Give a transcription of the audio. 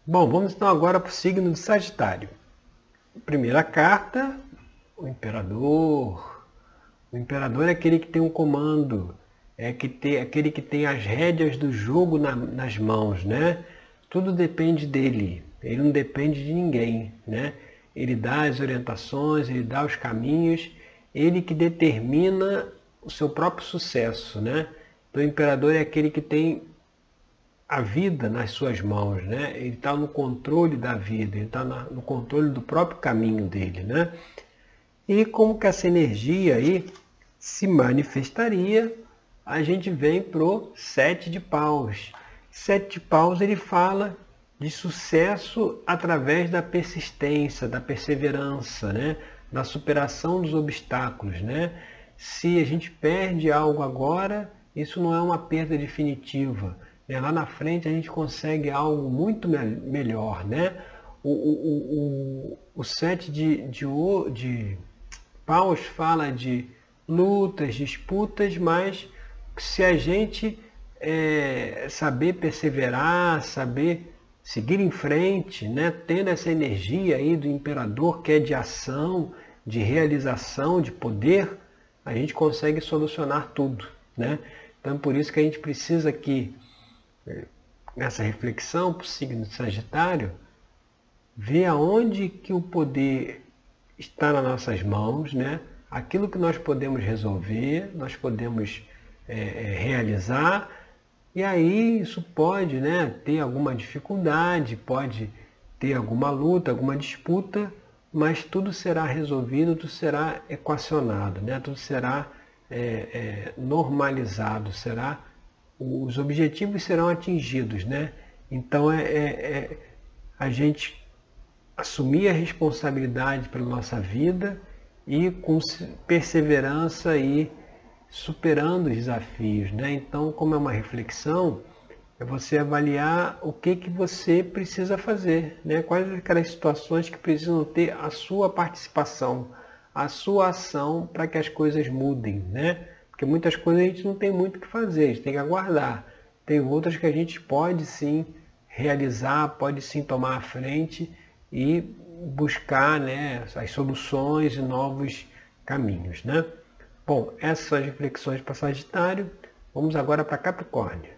Bom, vamos então agora para o signo de Sagitário. Primeira carta, o Imperador. O Imperador é aquele que tem um comando, aquele que tem as rédeas do jogo nas mãos, né? Tudo depende dele, ele não depende de ninguém, né? Ele dá as orientações, ele dá os caminhos, ele que determina o seu próprio sucesso, né? Então o Imperador é aquele que tem a vida nas suas mãos, né? Ele está no controle da vida, ele está no controle do próprio caminho dele, né? E como que essa energia aí se manifestaria, a gente vem pro Sete de Paus. Sete de Paus ele fala de sucesso através da persistência, da perseverança, né? Da superação dos obstáculos, né? Se a gente perde algo agora, isso não é uma perda definitiva. Lá na frente a gente consegue algo muito melhor, né? O sete de Paus fala de lutas, disputas, mas se a gente saber perseverar, saber seguir em frente, né? Tendo essa energia aí do Imperador, que é de ação, de realização, de poder, a gente consegue solucionar tudo, né? Então, por isso que a gente precisa aqui, nessa reflexão para o signo de Sagitário, ver aonde que o poder está nas nossas mãos, né? Aquilo que nós podemos resolver, nós podemos realizar, e aí isso pode, né, ter alguma dificuldade, pode ter alguma luta, alguma disputa, mas tudo será resolvido, tudo será equacionado, né? Tudo será normalizado, os objetivos serão atingidos, né? Então a gente assumir a responsabilidade pela nossa vida e com perseverança e superando os desafios, né? Então, como é uma reflexão, é você avaliar o que você precisa fazer, né? Quais aquelas situações que precisam ter a sua participação, a sua ação para que as coisas mudem, né? Porque muitas coisas a gente não tem muito o que fazer, a gente tem que aguardar. Tem outras que a gente pode sim realizar, pode sim tomar a frente e buscar, né, as soluções e novos caminhos, né? Bom, essas são as reflexões para Sagitário. Vamos agora para Capricórnio.